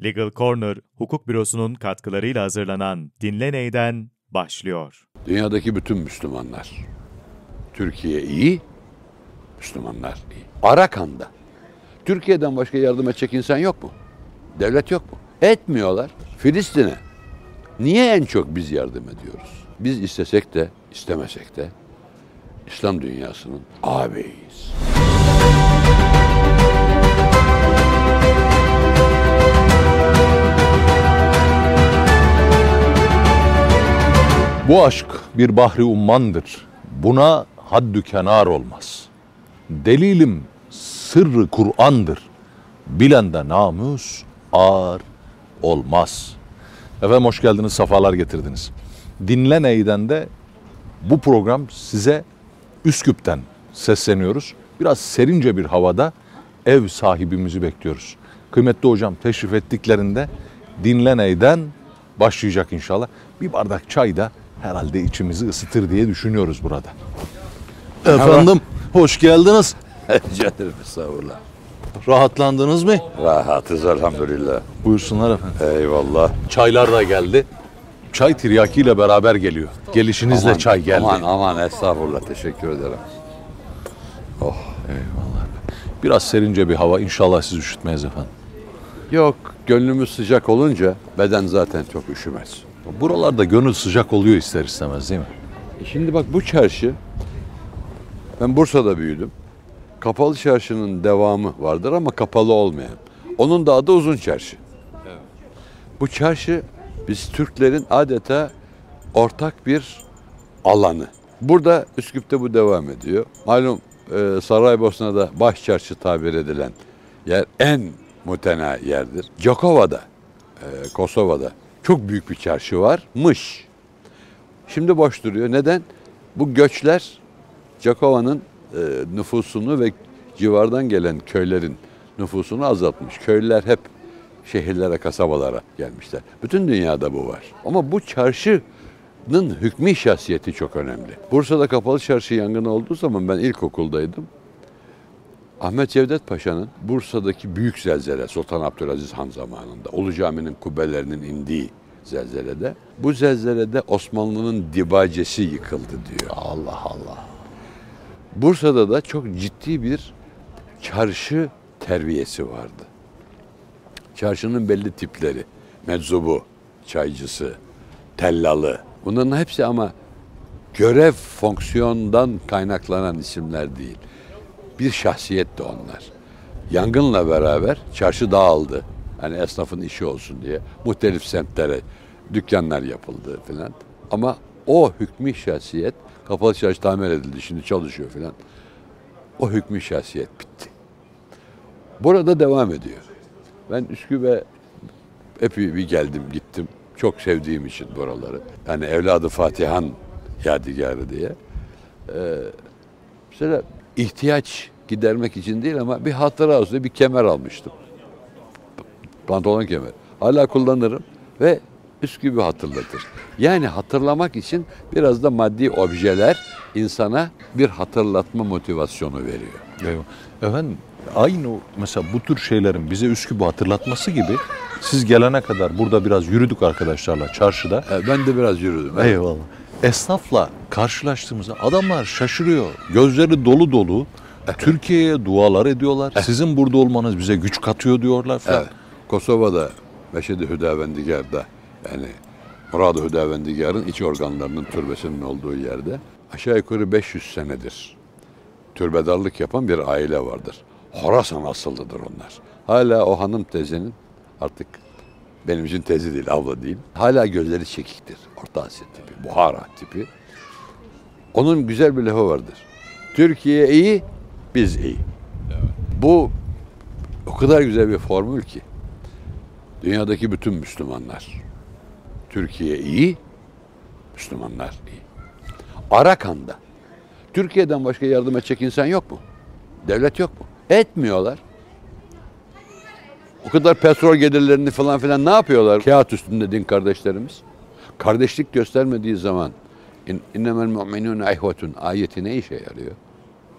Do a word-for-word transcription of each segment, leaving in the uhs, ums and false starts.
Legal Corner, hukuk bürosunun katkılarıyla hazırlanan Dinle Ney'den başlıyor. Dünyadaki bütün Müslümanlar, Türkiye iyi, Müslümanlar iyi. Arakan'da, Türkiye'den başka yardım edecek insan yok mu? Devlet yok mu? Etmiyorlar. Filistin'e niye en çok biz yardım ediyoruz? Biz istesek de istemesek de İslam dünyasının ağabeyiyiz. Bu aşk bir bahri ummandır. Buna haddü kenar olmaz. Delilim sırrı Kur'an'dır. Bilende namus ar olmaz. Efendim hoş geldiniz, sefalar getirdiniz. Dinle Ney'den de bu program size Üsküp'ten sesleniyoruz. Biraz serince bir havada ev sahibimizi bekliyoruz. Kıymetli hocam teşrif ettiklerinde Dinle Ney'den başlayacak inşallah. Bir bardak çay da herhalde içimizi ısıtır diye düşünüyoruz burada. Efendim hoş geldiniz. Rica ederim, estağfurullah. Rahatlandınız mı? Rahatız elhamdülillah. Buyursunlar efendim. Eyvallah. Çaylar da geldi. Çay tiryaki ile beraber geliyor. Gelişinizle Aman, çay geldi. Aman aman estağfurullah, teşekkür ederim. Oh. Eyvallah. Biraz serince bir hava, inşallah sizi üşütmeyiz efendim. Yok, gönlümüz sıcak olunca beden zaten çok üşümez. Buralarda gönül sıcak oluyor ister istemez değil mi? E şimdi bak, bu çarşı, ben Bursa'da büyüdüm. Kapalı çarşının devamı vardır ama kapalı olmayan. Onun da adı Uzun Çarşı. Evet. Bu çarşı biz Türklerin adeta ortak bir alanı. Burada Üsküp'te bu devam ediyor. Malum e, Saraybosna'da baş çarşı tabir edilen yer en mutena yerdir. Cakova'da, e, Kosova'da çok büyük bir çarşı varmış. Şimdi boş duruyor. Neden? Bu göçler Cakova'nın e, nüfusunu ve civardan gelen köylerin nüfusunu azaltmış. Köylüler hep şehirlere, kasabalara gelmişler. Bütün dünyada bu var. Ama bu çarşının hükmü şahsiyeti çok önemli. Bursa'da kapalı çarşı yangını olduğu zaman ben ilkokuldaydım. Ahmet Cevdet Paşa'nın Bursa'daki büyük zelzele, Sultan Abdülaziz Han zamanında, Ulu Cami'nin kubbelerinin indiği zelzelede, bu zelzelede Osmanlı'nın dibacesi yıkıldı diyor. Allah Allah. Bursa'da da çok ciddi bir çarşı terbiyesi vardı. Çarşının belli tipleri, meczubu, çaycısı, tellalı. Bunların hepsi ama görev, fonksiyondan kaynaklanan isimler değil. Bir şahsiyetti onlar. Yangınla beraber çarşı dağıldı. Hani esnafın işi olsun diye. Muhtelif semtlere dükkanlar yapıldı filan. Ama o hükmü şahsiyet, kapalı çarşı tamir edildi, şimdi çalışıyor filan. O hükmü şahsiyet bitti. Burada devam ediyor. Ben Üsküp'e epey bir geldim gittim. Çok sevdiğim için buraları. Yani evladı Fatihan yadigarı diye. Ee, mesela ihtiyaç gidermek için değil ama bir hatıra olsun diye bir kemer almıştım. Pantolon kemer. Hala kullanırım ve Üsküp'ü hatırlatır. Yani hatırlamak için biraz da maddi objeler insana bir hatırlatma motivasyonu veriyor. Eyvallah. Efendim aynı mesela bu tür şeylerin bize Üsküp'ü hatırlatması gibi siz gelene kadar burada biraz yürüdük arkadaşlarla çarşıda. E, ben de biraz yürüdüm. Evet. Eyvallah. Esnafla karşılaştığımızda adamlar şaşırıyor. Gözleri dolu dolu. Türkiye'ye dualar ediyorlar. Sizin burada olmanız bize güç katıyor diyorlar falan. Evet. Kosova'da Meşhedi Hüdavendigar'da, yani Murad-ı Hüdavendigar'ın iç organlarının türbesinin olduğu yerde aşağı yukarı beş yüz senedir türbedarlık yapan bir aile vardır. Horasan asıllıdır onlar. Hala o hanım teyzenin, artık benim için teyze değil, abla değil, hala gözleri çekiktir. Orta Asya tipi, Buhara tipi. Onun güzel bir lafı vardır. Türkiye iyi, biz iyi. Evet. Bu o kadar güzel bir formül ki. Dünyadaki bütün Müslümanlar, Türkiye iyi, Müslümanlar iyi. Arakan'da, Türkiye'den başka yardım edecek insan yok mu? Devlet yok mu? Etmiyorlar. O kadar petrol gelirlerini falan filan ne yapıyorlar? Kağıt üstünde din kardeşlerimiz. Kardeşlik göstermediği zaman innemel mu'minûne ihvetun ayeti ne işe yarıyor?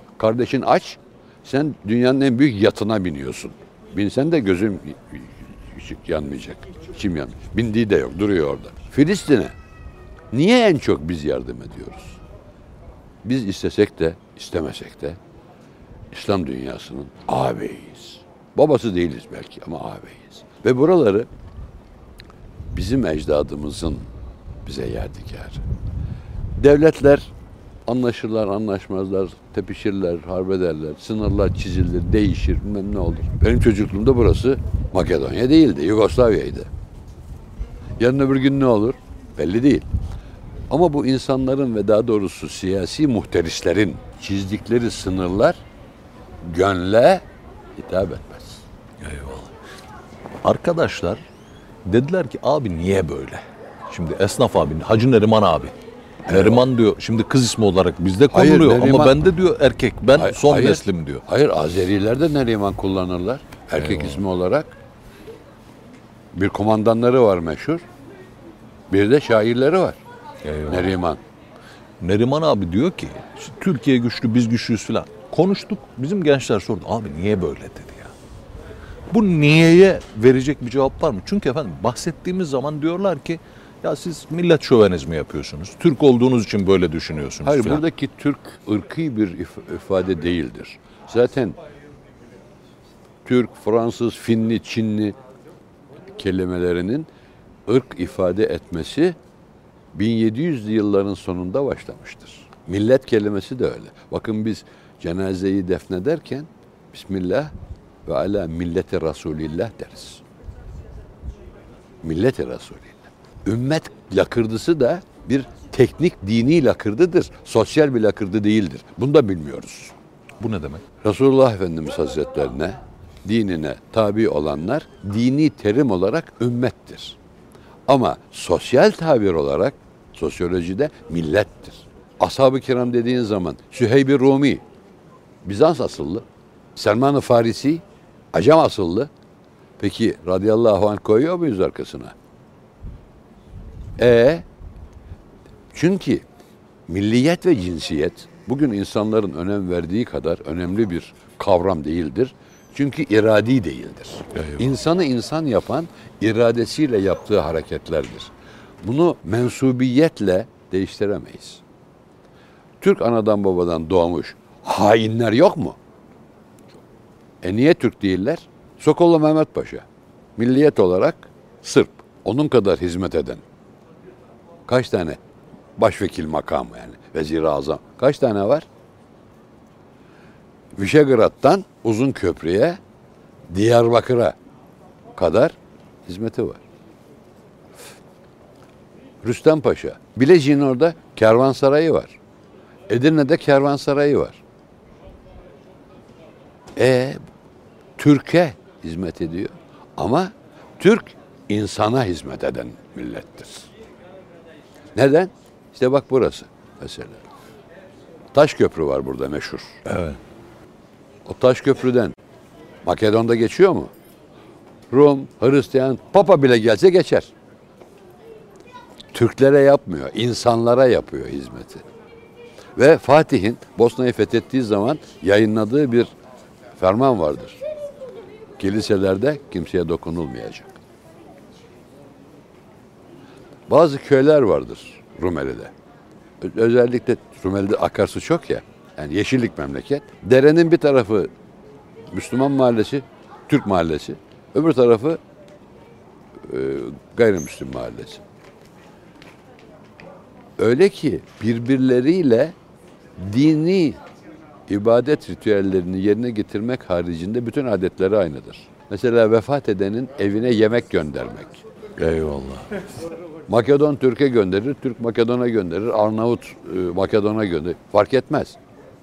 Kardeşin aç, sen dünyanın en büyük yatına biniyorsun. Binsen de gözün ışık yanmayacak. Kim yanmayacak? Bindiği de yok, duruyor orada. Filistin'e niye en çok biz yardım ediyoruz? Biz istesek de istemesek de İslam dünyasının ağabeyiyiz. Babası değiliz belki ama ağabeyiz. Ve buraları bizim ecdadımızın bize yadigarı. Devletler anlaşırlar, anlaşmazlar, tepişirler, harbederler, sınırlar çizilir, değişir, bilmem ne olur. Benim çocukluğumda burası Makedonya değildi, Yugoslavya'ydı. Yarın öbür gün ne olur? Belli değil. Ama bu insanların ve daha doğrusu siyasi muhterislerin çizdikleri sınırlar gönle hitap etmez. Eyvallah. Arkadaşlar dediler ki abi niye böyle? Şimdi esnaf abi, Hacı Neriman abi. Neriman diyor, şimdi kız ismi olarak bizde Hayır, konuluyor Neriman- ama bende diyor erkek, ben Hayır, son hayır. neslim diyor. Hayır, Azeriler de Neriman kullanırlar. Erkek Eyvallah. ismi olarak. Bir komandanları var meşhur. Bir de şairleri var. Eyvallah. Neriman. Neriman abi diyor ki işte Türkiye güçlü, biz güçlüyüz falan. Konuştuk, bizim gençler sordu abi niye böyle dedi ya. Bu niyeye verecek bir cevap var mı? Çünkü efendim bahsettiğimiz zaman diyorlar ki ya siz millet şövenizmi yapıyorsunuz. Türk olduğunuz için böyle düşünüyorsunuz Hayır, falan. buradaki Türk ırkı bir if- ifade değildir. Zaten Türk, Fransız, Finli, Çinli kelimelerinin ırk ifade etmesi bin yedi yüzlü yılların sonunda başlamıştır. Millet kelimesi de öyle. Bakın biz cenazeyi defnederken Bismillah ve ala milleti Resulillah deriz. Milleti Resulillah. Ümmet lakırdısı da bir teknik dini lakırdıdır. Sosyal bir lakırdı değildir. Bunu da bilmiyoruz. Bu ne demek? Resulullah Efendimiz Hazretlerine, dinine tabi olanlar dini terim olarak ümmettir. Ama sosyal tabir olarak sosyolojide millettir. Ashab-ı kiram dediğin zaman Süheyb-i Rumi, Bizans asıllı. Selman-ı Farisi, Acem asıllı. Peki radıyallahu anh koyuyor muyuz arkasına? E çünkü milliyet ve cinsiyet bugün insanların önem verdiği kadar önemli bir kavram değildir. Çünkü iradi değildir. Eyvallah. İnsanı insan yapan iradesiyle yaptığı hareketlerdir. Bunu mensubiyetle değiştiremeyiz. Türk anadan babadan doğmuş hainler yok mu? E niye Türk değiller? Sokollu Mehmet Paşa. Milliyet olarak Sırp. Onun kadar hizmet eden. Kaç tane? Başvekil makamı yani. Vezir-i Azam. Kaç tane var? Vişegrad'dan Uzunköprü'ye, Diyarbakır'a kadar hizmeti var. Rüstem Paşa. Bilecik'in orada kervansarayı var. Edirne'de kervansarayı var. E Türkiye hizmet ediyor. Ama Türk insana hizmet eden millettir. Neden? İşte bak burası mesela. Taş köprü var burada meşhur. Evet. O taş köprüden Makedon'da geçiyor mu? Rum, Hristiyan, Papa bile gelse geçer. Türklere yapmıyor, insanlara yapıyor hizmeti. Ve Fatih'in Bosna'yı fethettiği zaman yayınladığı bir ferman vardır. Kiliselerde kimseye dokunulmayacak. Bazı köyler vardır Rumeli'de. Özellikle Rumeli'de akarsu çok ya. Yani yeşillik memleket. Derenin bir tarafı Müslüman mahallesi, Türk mahallesi. Öbür tarafı e, gayrimüslim mahallesi. Öyle ki birbirleriyle dini ibadet ritüellerini yerine getirmek haricinde bütün adetleri aynıdır. Mesela vefat edenin evine yemek göndermek. Eyvallah. Makedon Türk'e gönderir, Türk Makedon'a gönderir, Arnavut e, Makedon'a gönderir. Fark etmez.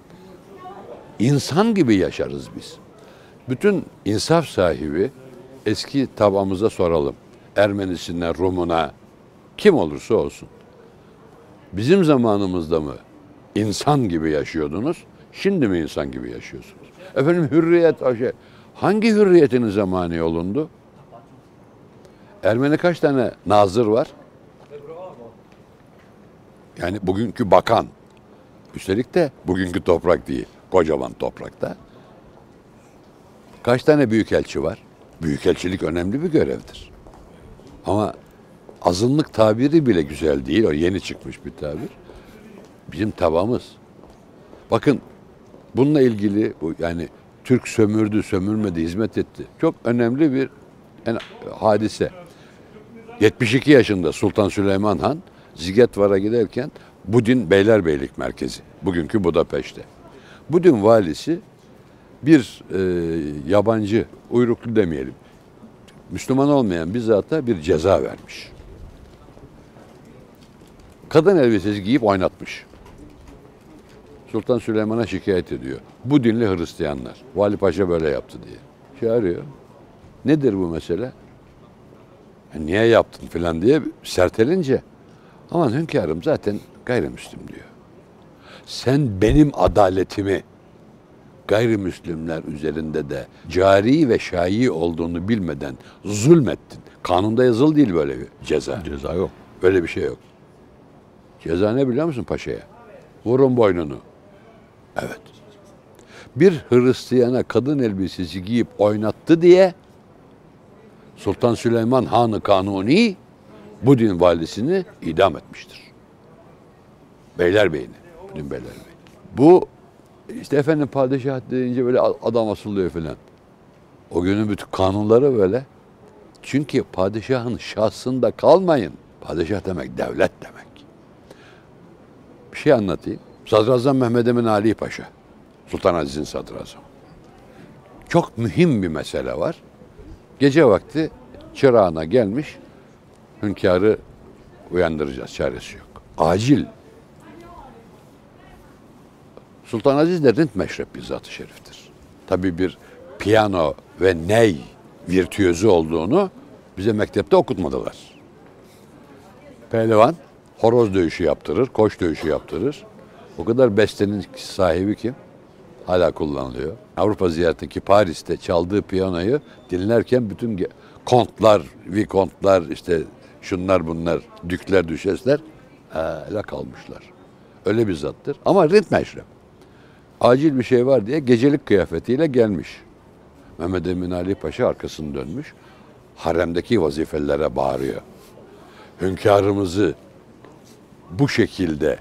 İnsan gibi yaşarız biz. Bütün insaf sahibi eski tabamıza soralım. Ermenisine, Rumuna, kim olursa olsun. Bizim zamanımızda mı insan gibi yaşıyordunuz? Şimdi mi insan gibi yaşıyorsunuz? Efendim hürriyet, şey, hangi hürriyetinize mani olundu? Ermeni kaç tane nazır var? Yani bugünkü bakan. Üstelik de bugünkü toprak değil. Kocaman toprakta. Kaç tane büyükelçi var? Büyükelçilik önemli bir görevdir. Ama azınlık tabiri bile güzel değil. O yeni çıkmış bir tabir. Bizim tabamız. Bakın bununla ilgili bu yani Türk sömürdü, sömürmedi, hizmet etti. Çok önemli bir yani, hadise. yetmiş iki yaşında Sultan Süleyman Han Zigetvar'a giderken Budin Beylerbeylik merkezi. Bugünkü Budapeşte. Budin valisi bir e, yabancı, uyruklu demeyelim, Müslüman olmayan bir zata bir ceza vermiş. Kadın elbisesi giyip oynatmış. Sultan Süleyman'a şikayet ediyor. Bu dinli Hristiyanlar. Vali Paşa böyle yaptı diye. Çağırıyor. Nedir bu mesele? Niye yaptın filan diye sertelince aman hünkârım zaten gayrimüslim diyor. Sen benim adaletimi gayrimüslimler üzerinde de cari ve şai olduğunu bilmeden zulmettin. Kanunda yazılı değil böyle bir ceza. Ceza yok. Böyle bir şey yok. Ceza ne biliyor musun paşaya? Vurun boynunu. Evet. Bir Hristiyana kadın elbisesi giyip oynattı diye Sultan Süleyman Han-ı Kanuni Budin valisini idam etmiştir. Beylerbeyini. Budin Beylerbeyi. Bu işte efendim padişah deyince böyle adam asılıyor falan. O günün bütün kanunları böyle. Çünkü padişahın şahsında kalmayın. Padişah demek devlet demek. Bir şey anlatayım. Sadrazam Mehmed Emin Ali Paşa. Sultan Aziz'in sadrazamı. Çok mühim bir mesele var. Gece vakti çırağına gelmiş. Hünkârı uyandıracağız. Çaresi yok. Acil. Sultan Aziz de rint meşrep bir zat-ı şeriftir. Tabii bir piyano ve ney virtüözü olduğunu bize mektepte okutmadılar. Pehlivan horoz dövüşü yaptırır, koç dövüşü yaptırır. O kadar bestenin sahibi kim? Hala kullanılıyor. Avrupa ziyaretindeki Paris'te çaldığı piyanoyu dinlerken bütün kontlar, vikontlar, işte şunlar bunlar, dükler, düşesler hala kalmışlar. Öyle bir zattır. Ama rint meşrep. Acil bir şey var diye gecelik kıyafetiyle gelmiş. Mehmed Emin Ali Paşa arkasını dönmüş. Haremdeki vazifelere bağırıyor. Hünkârımızı bu şekilde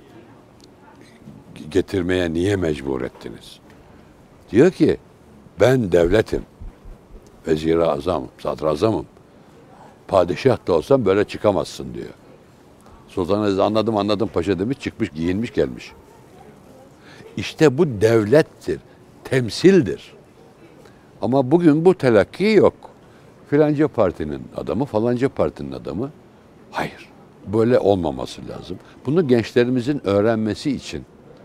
getirmeye niye mecbur ettiniz? Diyor ki ben devletim. Vezir-i Azam, sadrazamım. Padişah da olsam böyle çıkamazsın diyor. Sultan Aziz anladım anladım paşa demiş, çıkmış giyinmiş gelmiş. İşte bu devlettir, temsildir. Ama bugün bu telakki yok. Filanca partinin adamı, falanca partinin adamı. Hayır, böyle olmaması lazım. Bunu gençlerimizin öğrenmesi için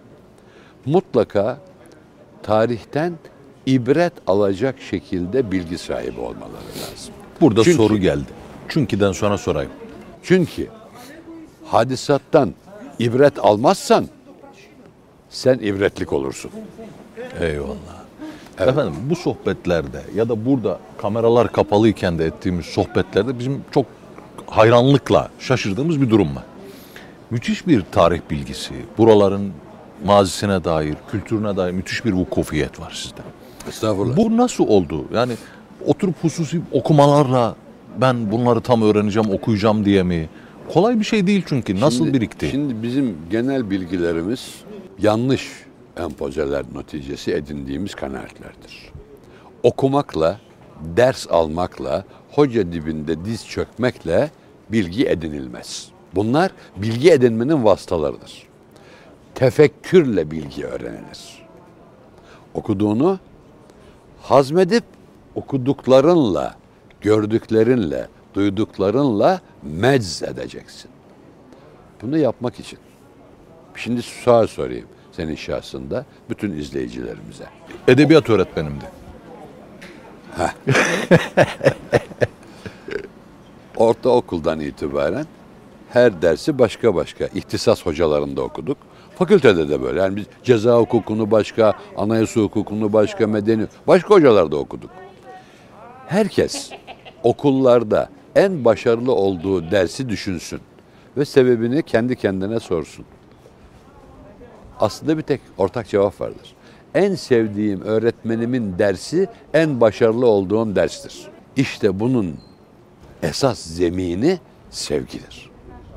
mutlaka tarihten ibret alacak şekilde bilgi sahibi olmaları lazım. Burada Çünkü- soru geldi. Çünkü'den sonra sorayım. Çünkü hadisattan ibret almazsan sen ibretlik olursun. Eyvallah. Efendim bu sohbetlerde ya da burada kameralar kapalıyken de ettiğimiz sohbetlerde bizim çok hayranlıkla şaşırdığımız bir durum var. Müthiş bir tarih bilgisi, buraların mazisine dair, kültürüne dair müthiş bir vukufiyet var sizde. Estağfurullah. Bu nasıl oldu? Yani oturup hususi okumalarla ben bunları tam öğreneceğim, okuyacağım diye mi? Kolay bir şey değil çünkü. Nasıl Şimdi- birikti? Şimdi bizim genel bilgilerimiz yanlış empozeler neticesi edindiğimiz kanaatlerdir. Okumakla, ders almakla, hoca dibinde diz çökmekle bilgi edinilmez. Bunlar bilgi edinmenin vasıtalarıdır. Tefekkürle bilgi öğrenilir. Okuduğunu hazmedip okuduklarınla, gördüklerinle, duyduklarınla mecz edeceksin. Bunu yapmak için. Şimdi sual sorayım senin şahsında bütün izleyicilerimize. Edebiyat öğretmenimdi. Ortaokuldan itibaren her dersi başka başka ihtisas hocalarında okuduk. Fakültede de böyle. Yani biz ceza hukukunu başka, anayasa hukukunu başka, medeni başka hocalarda okuduk. Herkes okullarda en başarılı olduğu dersi düşünsün ve sebebini kendi kendine sorsun. Aslında bir tek ortak cevap vardır. En sevdiğim öğretmenimin dersi en başarılı olduğum derstir. İşte bunun esas zemini sevgidir.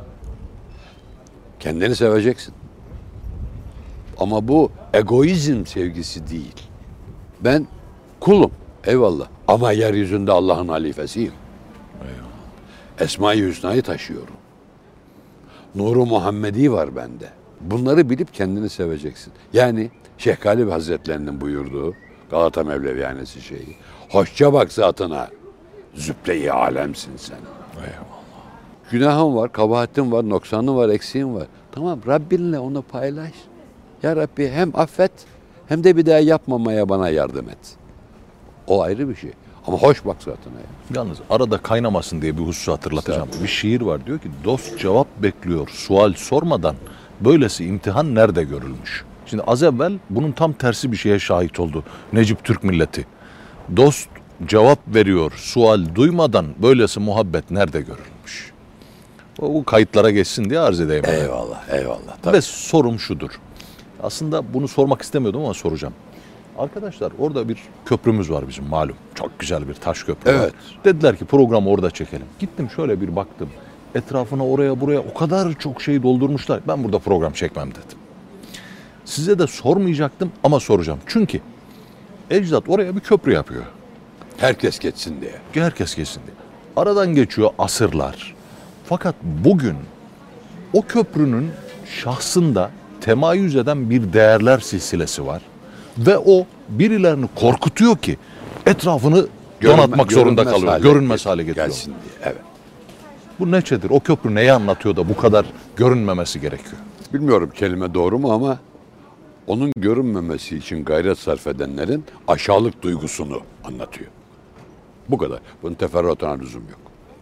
Kendini seveceksin. Ama bu egoizm sevgisi değil. Ben kulum, eyvallah. Ama yeryüzünde Allah'ın halifesiyim. Esma-i Hüsna'yı taşıyorum. Nuru Muhammedi var bende. Bunları bilip kendini seveceksin. Yani Şeyh Galip Hazretlerinin buyurduğu Galata Mevlevihanesi şeyi. Hoşça bak zatına. Zübde-i alemsin sen. Eyvallah. Günahın var, kabahatin var, noksanın var, eksiğin var. Tamam, Rabbinle onu paylaş. Ya Rabbi hem affet hem de bir daha yapmamaya bana yardım et. O ayrı bir şey. Ama hoş bak zatına ya. Yalnız arada kaynamasın diye bir hususu hatırlatacağım. Bir şiir var, diyor ki dost cevap bekliyor sual sormadan, böylesi imtihan nerede görülmüş? Şimdi az evvel bunun tam tersi bir şeye şahit oldu Necip Türk milleti. Dost cevap veriyor sual duymadan, böylesi muhabbet nerede görülmüş? O bu kayıtlara geçsin diye arz edeyim. Eyvallah, eyvallah. Tabii. Ve sorum şudur. Aslında bunu sormak istemiyordum ama soracağım. Arkadaşlar orada bir köprümüz var bizim malum. Çok güzel bir taş köprü Evet. var. Dediler ki programı orada çekelim. Gittim şöyle bir baktım. Etrafına oraya buraya o kadar çok şey doldurmuşlar. Ben burada program çekmem dedim. Size de sormayacaktım ama soracağım. Çünkü ecdat oraya bir köprü yapıyor. Herkes geçsin diye. Herkes geçsin diye. Aradan geçiyor asırlar. Fakat bugün o köprünün şahsında temayüz eden bir değerler silsilesi var. Ve o birilerini korkutuyor ki etrafını Görünme- donatmak zorunda görünmez kalıyor. hale Görünmez hale getiriyor. Gelsin diye. Evet. Bu neçedir? O köprü neyi anlatıyor da bu kadar görünmemesi gerekiyor? Bilmiyorum kelime doğru mu ama onun görünmemesi için gayret sarf edenlerin aşağılık duygusunu anlatıyor. Bu kadar. Bunun teferruatına lüzum yok.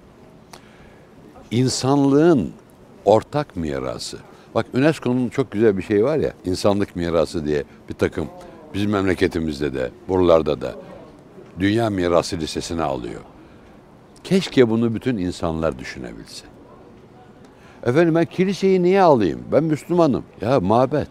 İnsanlığın ortak mirası. Bak UNESCO'nun çok güzel bir şey var ya, insanlık mirası diye bir takım bizim memleketimizde de, buralarda da Dünya Mirası listesine alıyor. Keşke bunu bütün insanlar düşünebilse. Efendim ben kiliseyi niye alayım? Ben Müslümanım. Ya mabet.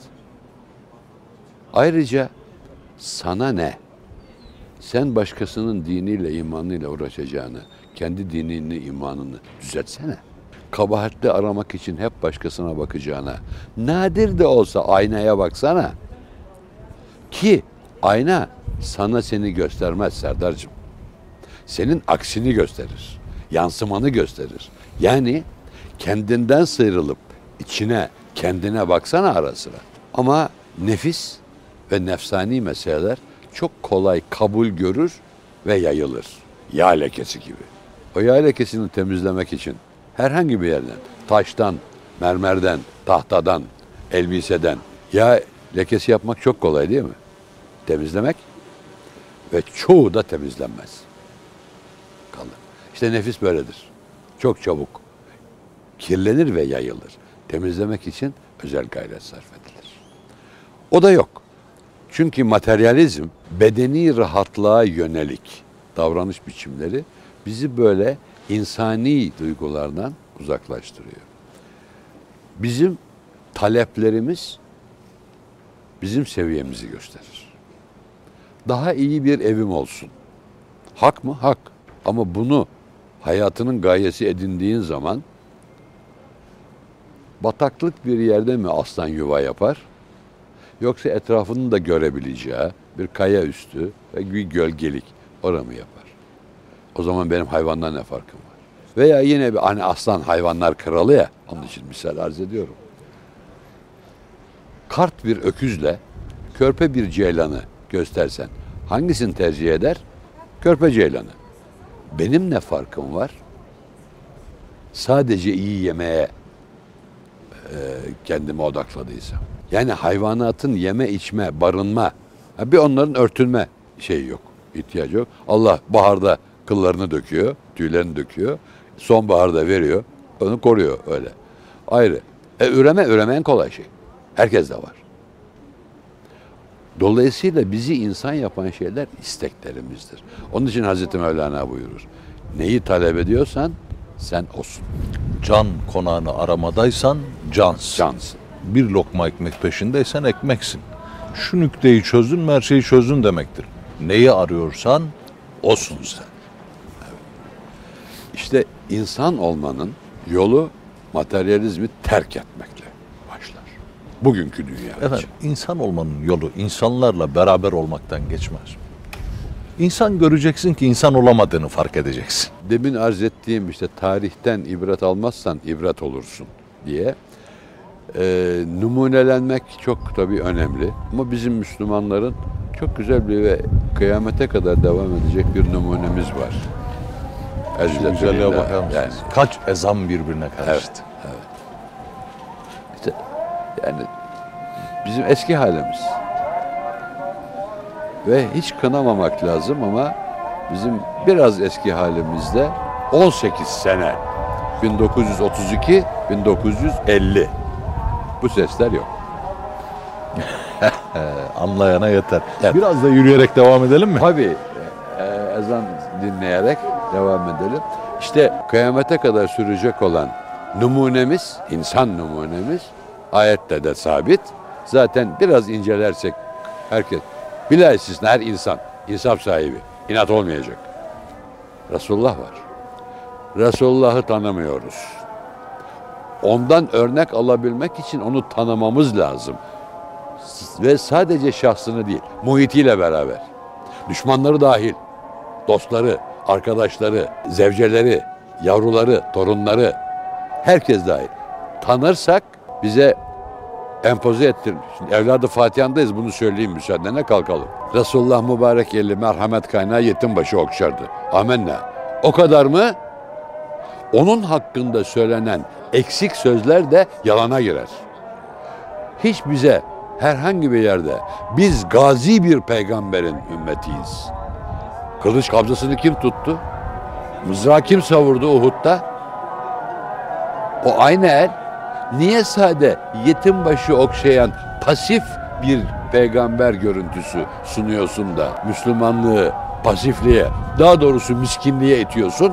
Ayrıca sana ne? Sen başkasının diniyle, imanıyla uğraşacağını, kendi dinini, imanını düzeltsene. Kabahatli aramak için hep başkasına bakacağına, nadir de olsa aynaya baksana. Ki ayna sana seni göstermez Serdar'cığım. Senin aksini gösterir, yansımanı gösterir. Yani kendinden sıyrılıp içine, kendine baksana ara sıra. Ama nefis ve nefsani meseleler çok kolay kabul görür ve yayılır. Yağ lekesi gibi. O yağ lekesini temizlemek için herhangi bir yerden, taştan, mermerden, tahtadan, elbiseden yağ lekesi yapmak çok kolay değil mi? Temizlemek ve çoğu da temizlenmez. Kalır. İşte nefis böyledir. Çok çabuk kirlenir ve yayılır. Temizlemek için özel gayret sarf edilir. O da yok. Çünkü materyalizm bedeni rahatlığa yönelik davranış biçimleri bizi böyle insani duygulardan uzaklaştırıyor. Bizim taleplerimiz bizim seviyemizi gösterir. Daha iyi bir evim olsun. Hak mı? Hak. Ama bunu hayatının gayesi edindiğin zaman bataklık bir yerde mi aslan yuva yapar? Yoksa etrafını da görebileceği bir kaya üstü ve bir gölgelik orada mı yapar? O zaman benim hayvandan ne farkım var? Veya yine bir hani aslan hayvanlar kralı ya, onun için misal arz ediyorum. Kart bir öküzle körpe bir ceylanı göstersen hangisini tercih eder? Körpe ceylanı. Benim ne farkım var? Sadece iyi yemeğe e, kendimi odakladıysam. Yani hayvanatın yeme, içme, barınma, bir onların örtünme şeyi yok, ihtiyacı yok. Allah baharda kıllarını döküyor, tüylerini döküyor. Sonbaharda veriyor, onu koruyor öyle. Ayrı. E, üreme, üreme en kolay şey. Herkes de var. Dolayısıyla bizi insan yapan şeyler isteklerimizdir. Onun için Hazreti Mevlana buyurur. Neyi talep ediyorsan sen olsun. Can konağını aramadaysan cansın. Cansın. Bir lokma ekmek peşindeysen ekmeksin. Şu nükteyi çözdün mü her şeyi çözdün demektir. Neyi arıyorsan osun sen. Evet. İşte insan olmanın yolu materyalizmi terk etmekle başlar. Bugünkü dünya için. Efendim, insan olmanın yolu insanlarla beraber olmaktan geçmez. İnsan göreceksin ki insan olamadığını fark edeceksin. Demin arz ettiğim işte tarihten ibret almazsan ibret olursun diye e, numunelenmek çok tabii önemli. Ama bizim Müslümanların çok güzel bir ve kıyamete kadar devam edecek bir numunemiz var. Şu güzelliğe bakar mısınız? Yani, Kaç ezan birbirine karıştı. evet, evet. İşte yani bizim eski halimiz. Ve hiç kınamamak lazım ama bizim biraz eski halimizde on sekiz sene bin dokuz yüz otuz iki bin dokuz yüz elli bu sesler yok. Anlayana yeter. Evet. Biraz da yürüyerek devam edelim mi? Tabii e, ezan dinleyerek devam edelim. İşte kıyamete kadar sürecek olan numunemiz, insan numunemiz ayette de sabit. Zaten biraz incelersek herkes, bila istisna her insan, insaf sahibi, inat olmayacak. Resulullah var. Resulullah'ı tanımıyoruz. Ondan örnek alabilmek için onu tanımamız lazım. Ve sadece şahsını değil, muhitiyle beraber. Düşmanları dahil, dostları, arkadaşları, zevceleri, yavruları, torunları, herkes dahil. Tanırsak bize empoze ettirmiş. Şimdi evladı Fatiha'ndayız, bunu söyleyeyim müsaadenle, kalkalım. Resulullah mübarek eli merhamet kaynağı, yetim başı okşardı. Amenna. O kadar mı? Onun hakkında söylenen eksik sözler de yalana girer. Hiç bize herhangi bir yerde biz gazi bir peygamberin ümmetiyiz. Kılıç kabzasını kim tuttu? Mızrağı kim savurdu Uhud'da? O aynı el. Niye sade yetim başı okşayan pasif bir peygamber görüntüsü sunuyorsun da Müslümanlığı pasifliğe, daha doğrusu miskinliğe itiyorsun?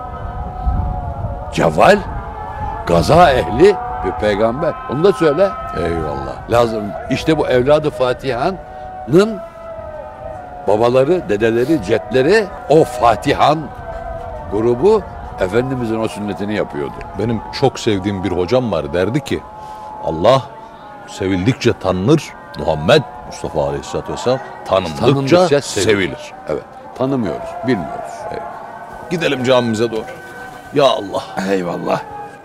Cevval, gaza ehli bir peygamber. Onu da söyle. Eyvallah. Lazım. İşte bu evladı Fatiha'nın babaları, dedeleri, cetleri o Fatihan grubu Efendimizin o sünnetini yapıyordu. Benim çok sevdiğim bir hocam var, derdi ki Allah sevildikçe tanınır, Muhammed Mustafa Aleyhisselatü Vesselam tanındıkça, Tanındıkça sevilir. sevilir. Evet. Tanımıyoruz, bilmiyoruz. Evet. Gidelim camimize doğru. Ya Allah. Eyvallah.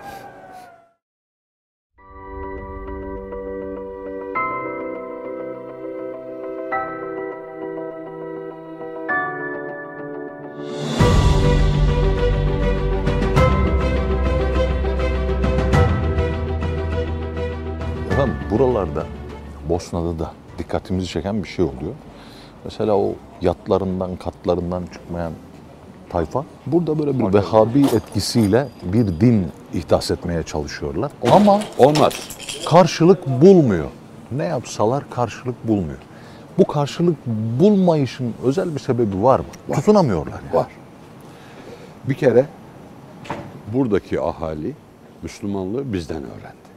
Efendim, buralarda, Bosna'da da dikkatimizi çeken bir şey oluyor. Mesela o yatlarından, katlarından çıkmayan tayfa burada böyle bir Vehhabi etkisiyle bir din ihdas etmeye çalışıyorlar. Ama Olmaz. karşılık bulmuyor. Ne yapsalar karşılık bulmuyor. Bu karşılık bulmayışın özel bir sebebi var mı? Var. Tutunamıyorlar yani. Var. Bir kere buradaki ahali Müslümanlığı bizden öğrendi.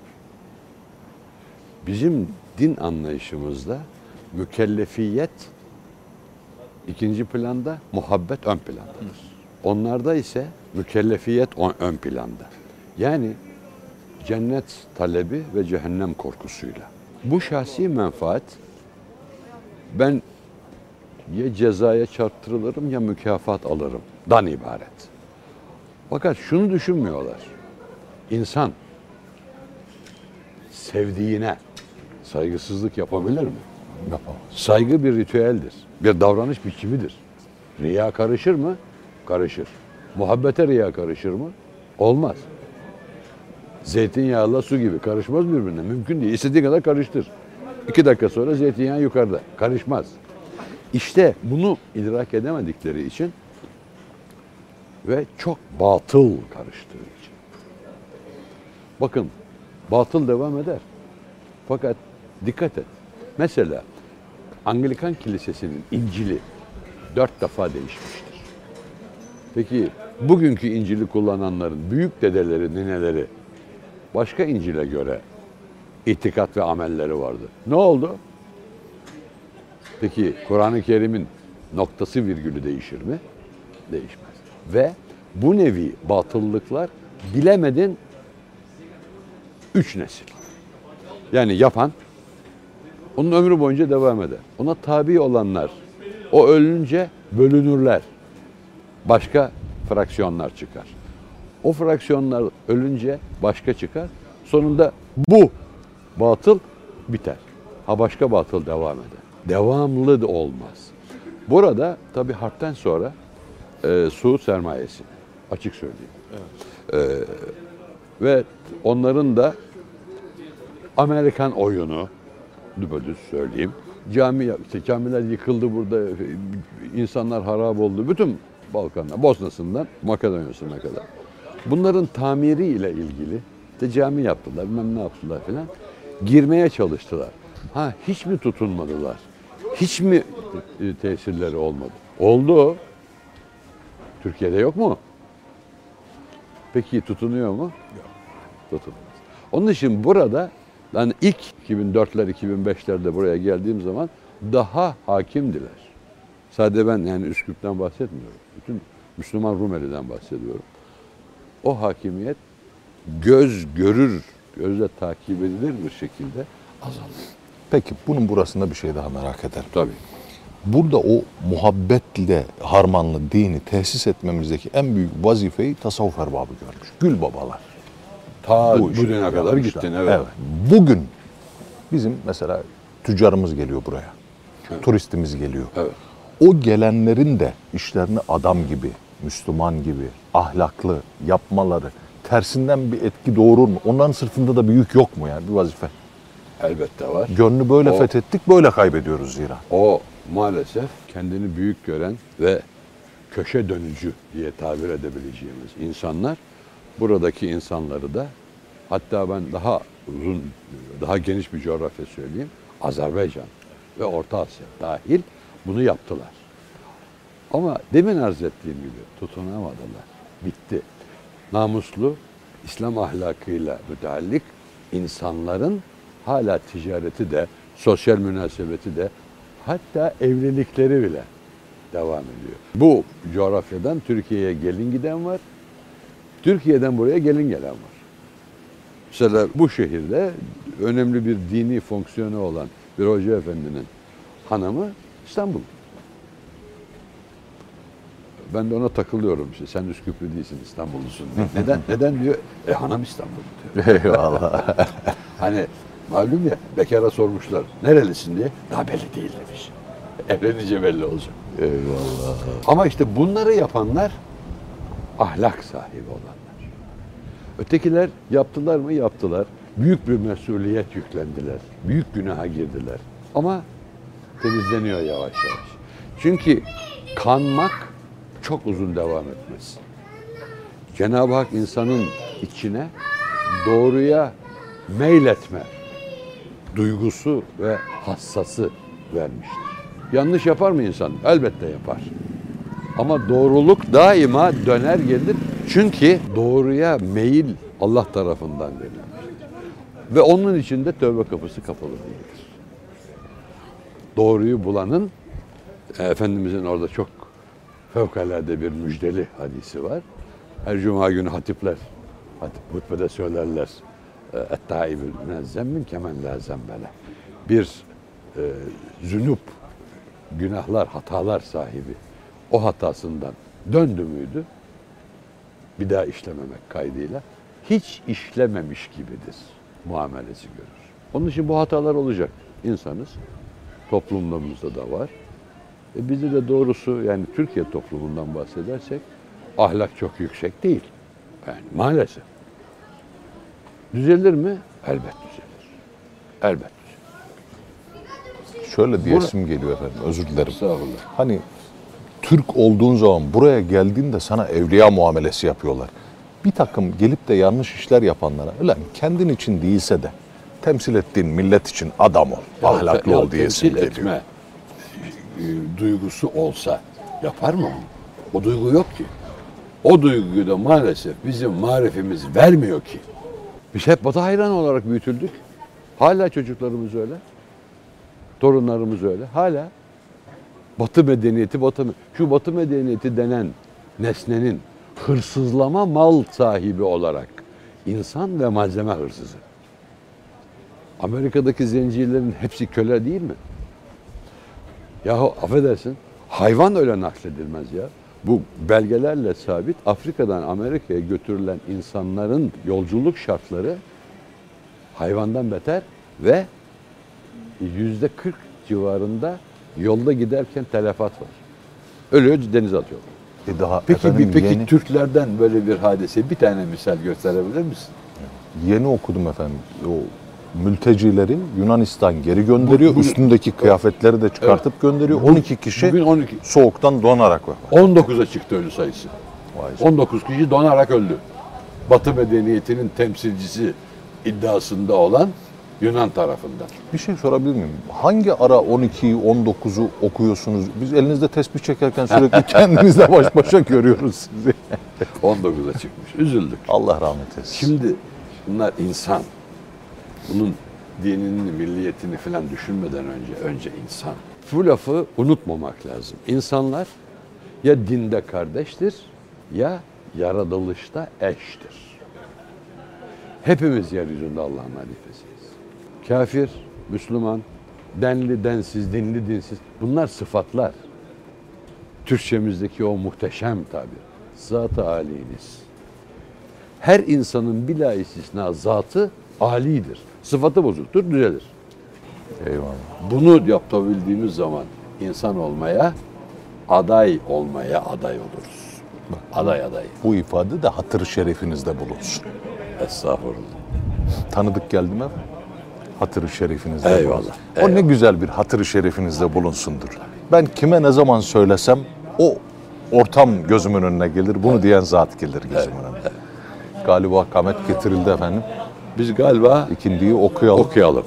Bizim din anlayışımızda mükellefiyet ikinci planda, muhabbet ön plandadır. Onlarda ise mükellefiyet ön planda. Yani cennet talebi ve cehennem korkusuyla. Bu şahsi menfaat, ben ya cezaya çarptırılırım ya mükafat alırım dan ibaret. Fakat şunu düşünmüyorlar. İnsan sevdiğine saygısızlık yapabilir mi? Yapamaz. Saygı bir ritüeldir, bir davranış biçimidir. Riya karışır mı? Karışır. Muhabbete riya karışır mı? Olmaz. Zeytinyağıyla su gibi karışmaz birbirine. Mümkün değil. İstediğin kadar karıştır. İki dakika sonra zeytinyağı yukarıda. Karışmaz. İşte bunu idrak edemedikleri için ve çok batıl karıştığı için. Bakın, batıl devam eder. Fakat dikkat et. Mesela Anglikan Kilisesi'nin İncil'i dört defa değişmiştir. Peki bugünkü İncil'i kullananların büyük dedeleri, nineleri başka İncil'e göre itikat ve amelleri vardı. Ne oldu? Peki Kur'an-ı Kerim'in noktası virgülü değişir mi? Değişmez. Ve bu nevi batıllıklar bilemedin üç nesil. Yani yapan onun ömrü boyunca devam eder. Ona tabi olanlar o ölünce bölünürler. Başka fraksiyonlar çıkar. O fraksiyonlar ölünce başka çıkar. Sonunda bu batıl biter. Ha başka batıl devam eder. Devamlı da olmaz. Burada tabii harpten sonra e, Suud sermayesi açık söyleyeyim. Evet. E, ve onların da Amerikan oyunu düpedüz söyleyeyim. Cami, işte camiler yıkıldı burada, insanlar harap oldu. Bütün Balkanlar, Bosna'sından Makedonya'sına kadar. Bunların tamiri ile ilgili de cami yaptılar, bilmem ne yaptılar filan. Girmeye çalıştılar. Ha hiç mi tutunmadılar? Hiç mi tesirleri olmadı? Oldu. Türkiye'de yok mu? Peki tutunuyor mu? Yok. Tutunmaz. Onun için burada yani ilk iki bin dörtler iki bin beşlerde buraya geldiğim zaman daha hakimdiler. Sadece ben yani Üsküp'ten bahsetmiyorum. Bütün Müslüman Rumeli'den bahsediyorum. O hakimiyet göz görür, gözle takip edilir bir şekilde azalıyor. Peki bunun burasında bir şey daha merak ederim. Tabii. Burada o muhabbetle harmanlı dini tesis etmemizdeki en büyük vazifeyi tasavvuf erbabı görmüş. Gül babalar. Ta Bu bugüne kadar yapmışlar. gittin evet. Evet. Bugün bizim mesela tüccarımız geliyor buraya. Evet. Turistimiz geliyor. Evet. O gelenlerin de işlerini adam gibi, Müslüman gibi, ahlaklı yapmaları tersinden bir etki doğurur mu? Onların sırtında da bir yük yok mu yani bir vazife? Elbette var. Gönlü böyle O- fethettik, böyle kaybediyoruz zira. O maalesef kendini büyük gören ve köşe dönücü diye tabir edebileceğimiz insanlar buradaki insanları da hatta ben daha uzun, daha geniş bir coğrafya söyleyeyim. Azerbaycan ve Orta Asya dahil bunu yaptılar. Ama demin arz ettiğim gibi tutunamadılar. Bitti. Namuslu, İslam ahlakıyla müteallik insanların hala ticareti de, sosyal münasebeti de, hatta evlilikleri bile devam ediyor. Bu coğrafyadan Türkiye'ye gelin giden var, Türkiye'den buraya gelin gelen var. Mesela bu şehirde önemli bir dini fonksiyonu olan bir hoca efendinin hanımı İstanbul. Ben de ona takılıyorum işte. Sen Üsküplü değilsin, İstanbullusun diye. Neden? Neden diyor? E hanım İstanbul diyor. Eyvallah. Hani malum ya, bekara sormuşlar. Nerelisin diye. Daha belli değil demiş. Evlenince belli olacak. Eyvallah. Ama işte bunları yapanlar ahlak sahibi olanlar. Ötekiler yaptılar mı? Yaptılar. Büyük bir mesuliyet yüklendiler. Büyük günaha girdiler. Ama temizleniyor yavaş yavaş. Çünkü kanmak çok uzun devam etmez. Cenab-ı Hak insanın içine doğruya meyletme duygusu ve hassası vermiştir. Yanlış yapar mı insan? Elbette yapar. Ama doğruluk daima döner gelir. Çünkü doğruya meyil Allah tarafından verilmiştir. Ve onun için de tövbe kapısı kapalı değildir. Doğruyu bulanın, Efendimizin orada çok fevkalade bir müjdeli hadisi var. Her cuma günü hatipler, hatip hutbede söylerler. Et-taibül münezzemmin kemen la zembele. Bir e, zünub, günahlar, hatalar sahibi o hatasından döndü müydü? Bir daha işlememek kaydıyla hiç işlememiş gibidir muamelesi görür. Onun için bu hatalar olacak. İnsanız. Toplumumuzda da var. E bizde de doğrusu yani Türkiye toplumundan bahsedersek ahlak çok yüksek değil. Yani maalesef. Düzelir mi? Elbet düzelir. Elbet düzelir. Şöyle diyesim geliyor efendim, özür dilerim. Estağfurullah. Hani Türk olduğun zaman buraya geldiğinde sana evliya muamelesi yapıyorlar. Bir takım gelip de yanlış işler yapanlara, ulan kendin için değilse de temsil ettiğin millet için adam ol, Ya, ahlaklı ya, ol diyesim temsil geliyor. etme e, duygusu olsa yapar mı onu? O duygu yok ki. O duyguyu da maalesef bizim marifimiz vermiyor ki. Biz hep Batı hayran olarak büyütüldük. Hala çocuklarımız öyle. Torunlarımız öyle. Hala Batı medeniyeti, Batı şu Batı medeniyeti denen nesnenin hırsızlama mal sahibi olarak insan ve malzeme hırsızı. Amerika'daki zencilerin hepsi köle değil mi? Yahu affedersin, hayvan öyle nakledilmez ya. Bu belgelerle sabit. Afrika'dan Amerika'ya götürülen insanların yolculuk şartları hayvandan beter ve yüzde kırk civarında yolda giderken telefat var. Ölüyor, denize atıyor. E daha Peki, efendim, peki yeni, Türklerden böyle bir hadise bir tane misal gösterebilir misin? yeni okudum efendim. O mültecileri Yunanistan geri gönderiyor. Bu- bu- Üstündeki kıyafetleri de çıkartıp gönderiyor. on iki kişi Bugün on iki, soğuktan donarak vefat. on dokuza çıktı ölü sayısı. Vay canına. on dokuz kişi donarak öldü. Batı medeniyetinin temsilcisi iddiasında olan Yunan tarafından. Bir şey sorabilir miyim? Hangi ara on ikiyi on dokuzu okuyorsunuz? Biz elinizde tesbih çekerken sürekli kendimizle baş başa görüyoruz sizi. on dokuza çıkmış. Üzüldük. Allah rahmet eylesin. Şimdi bunlar insan. Bunun dinini, milliyetini falan düşünmeden önce önce insan. Bu lafı unutmamak lazım. İnsanlar ya dinde kardeştir ya yaratılışta eştir. Hepimiz yeryüzünde Allah'ın halifesiyiz. Kafir, Müslüman, denli, densiz, dinli, dinsiz bunlar sıfatlar. Türkçemizdeki o muhteşem tabir. Zat-ı âliniz. Her insanın bila istisna zatı âlidir. Sıfatı bozuktur, düzelir. Eyvallah. Bunu yapabildiğimiz zaman insan olmaya, aday olmaya aday oluruz. Aday aday. Bu ifade de hatır şerefinizde bulunsun. Estağfurullah. Tanıdık geldi mi efendim? Hatır-ı şerifinizde Eyvallah, bulunsun. O eyvallah. ne güzel bir hatır-ı şerifinizde bulunsundur. Ben kime ne zaman söylesem o ortam gözümün önüne gelir. Bunu diyen zat gelir gözümün önüne. Galiba kamet getirildi efendim. Biz galiba İkindiyi okuyalım. okuyalım.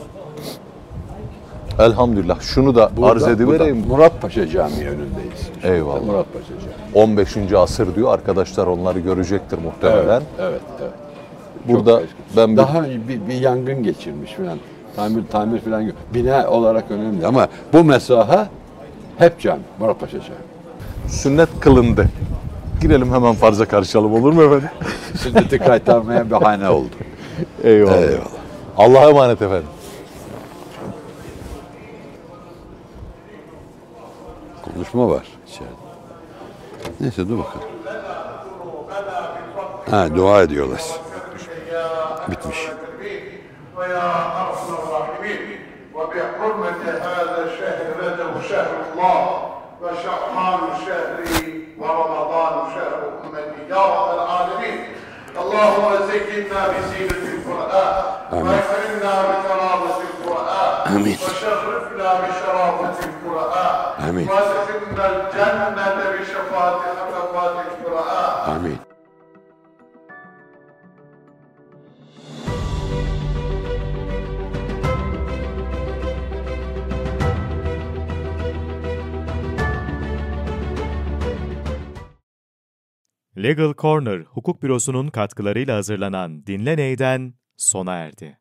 Elhamdülillah. Şunu da Burada- arz edivereyim. burada Murat Paşa Camii önündeyiz. Eyvallah. Murat Paşa Camii. on beşinci asır diyor. Arkadaşlar onları görecektir muhtemelen. Evet, evet, evet. Burada Çok eski. ben bir- daha bir, bir yangın geçirmiş falan. Tamir tamir falan yok. Bina olarak önemli ama bu mesaha hep cami. Murat Paşa Camii. Sünnet kılındı. Girelim hemen farza karışalım, olur mu efendim? Sünneti kaytarmaya bahane oldu. Eyvallah. Eyvallah. Allah'a emanet efendim. Konuşma var içeride. Neyse dur bakalım. Ha dua ediyorlar. Bitmiş. ويا ارحم الراحمين وبحرمه هذا الشهر رجب شهر الله وشعبان شهري ورمضان شهر امتي يا رب العالمين اللهم زينا بزينه القران واكرمنا بكرامه القران آمين. وشرفنا بشرافه القران آمين. وادخلنا الجنه بشفاعه حفظات القران Amin. Legal Corner Hukuk Bürosu'nun katkılarıyla hazırlanan Dinle Ney'den sona erdi.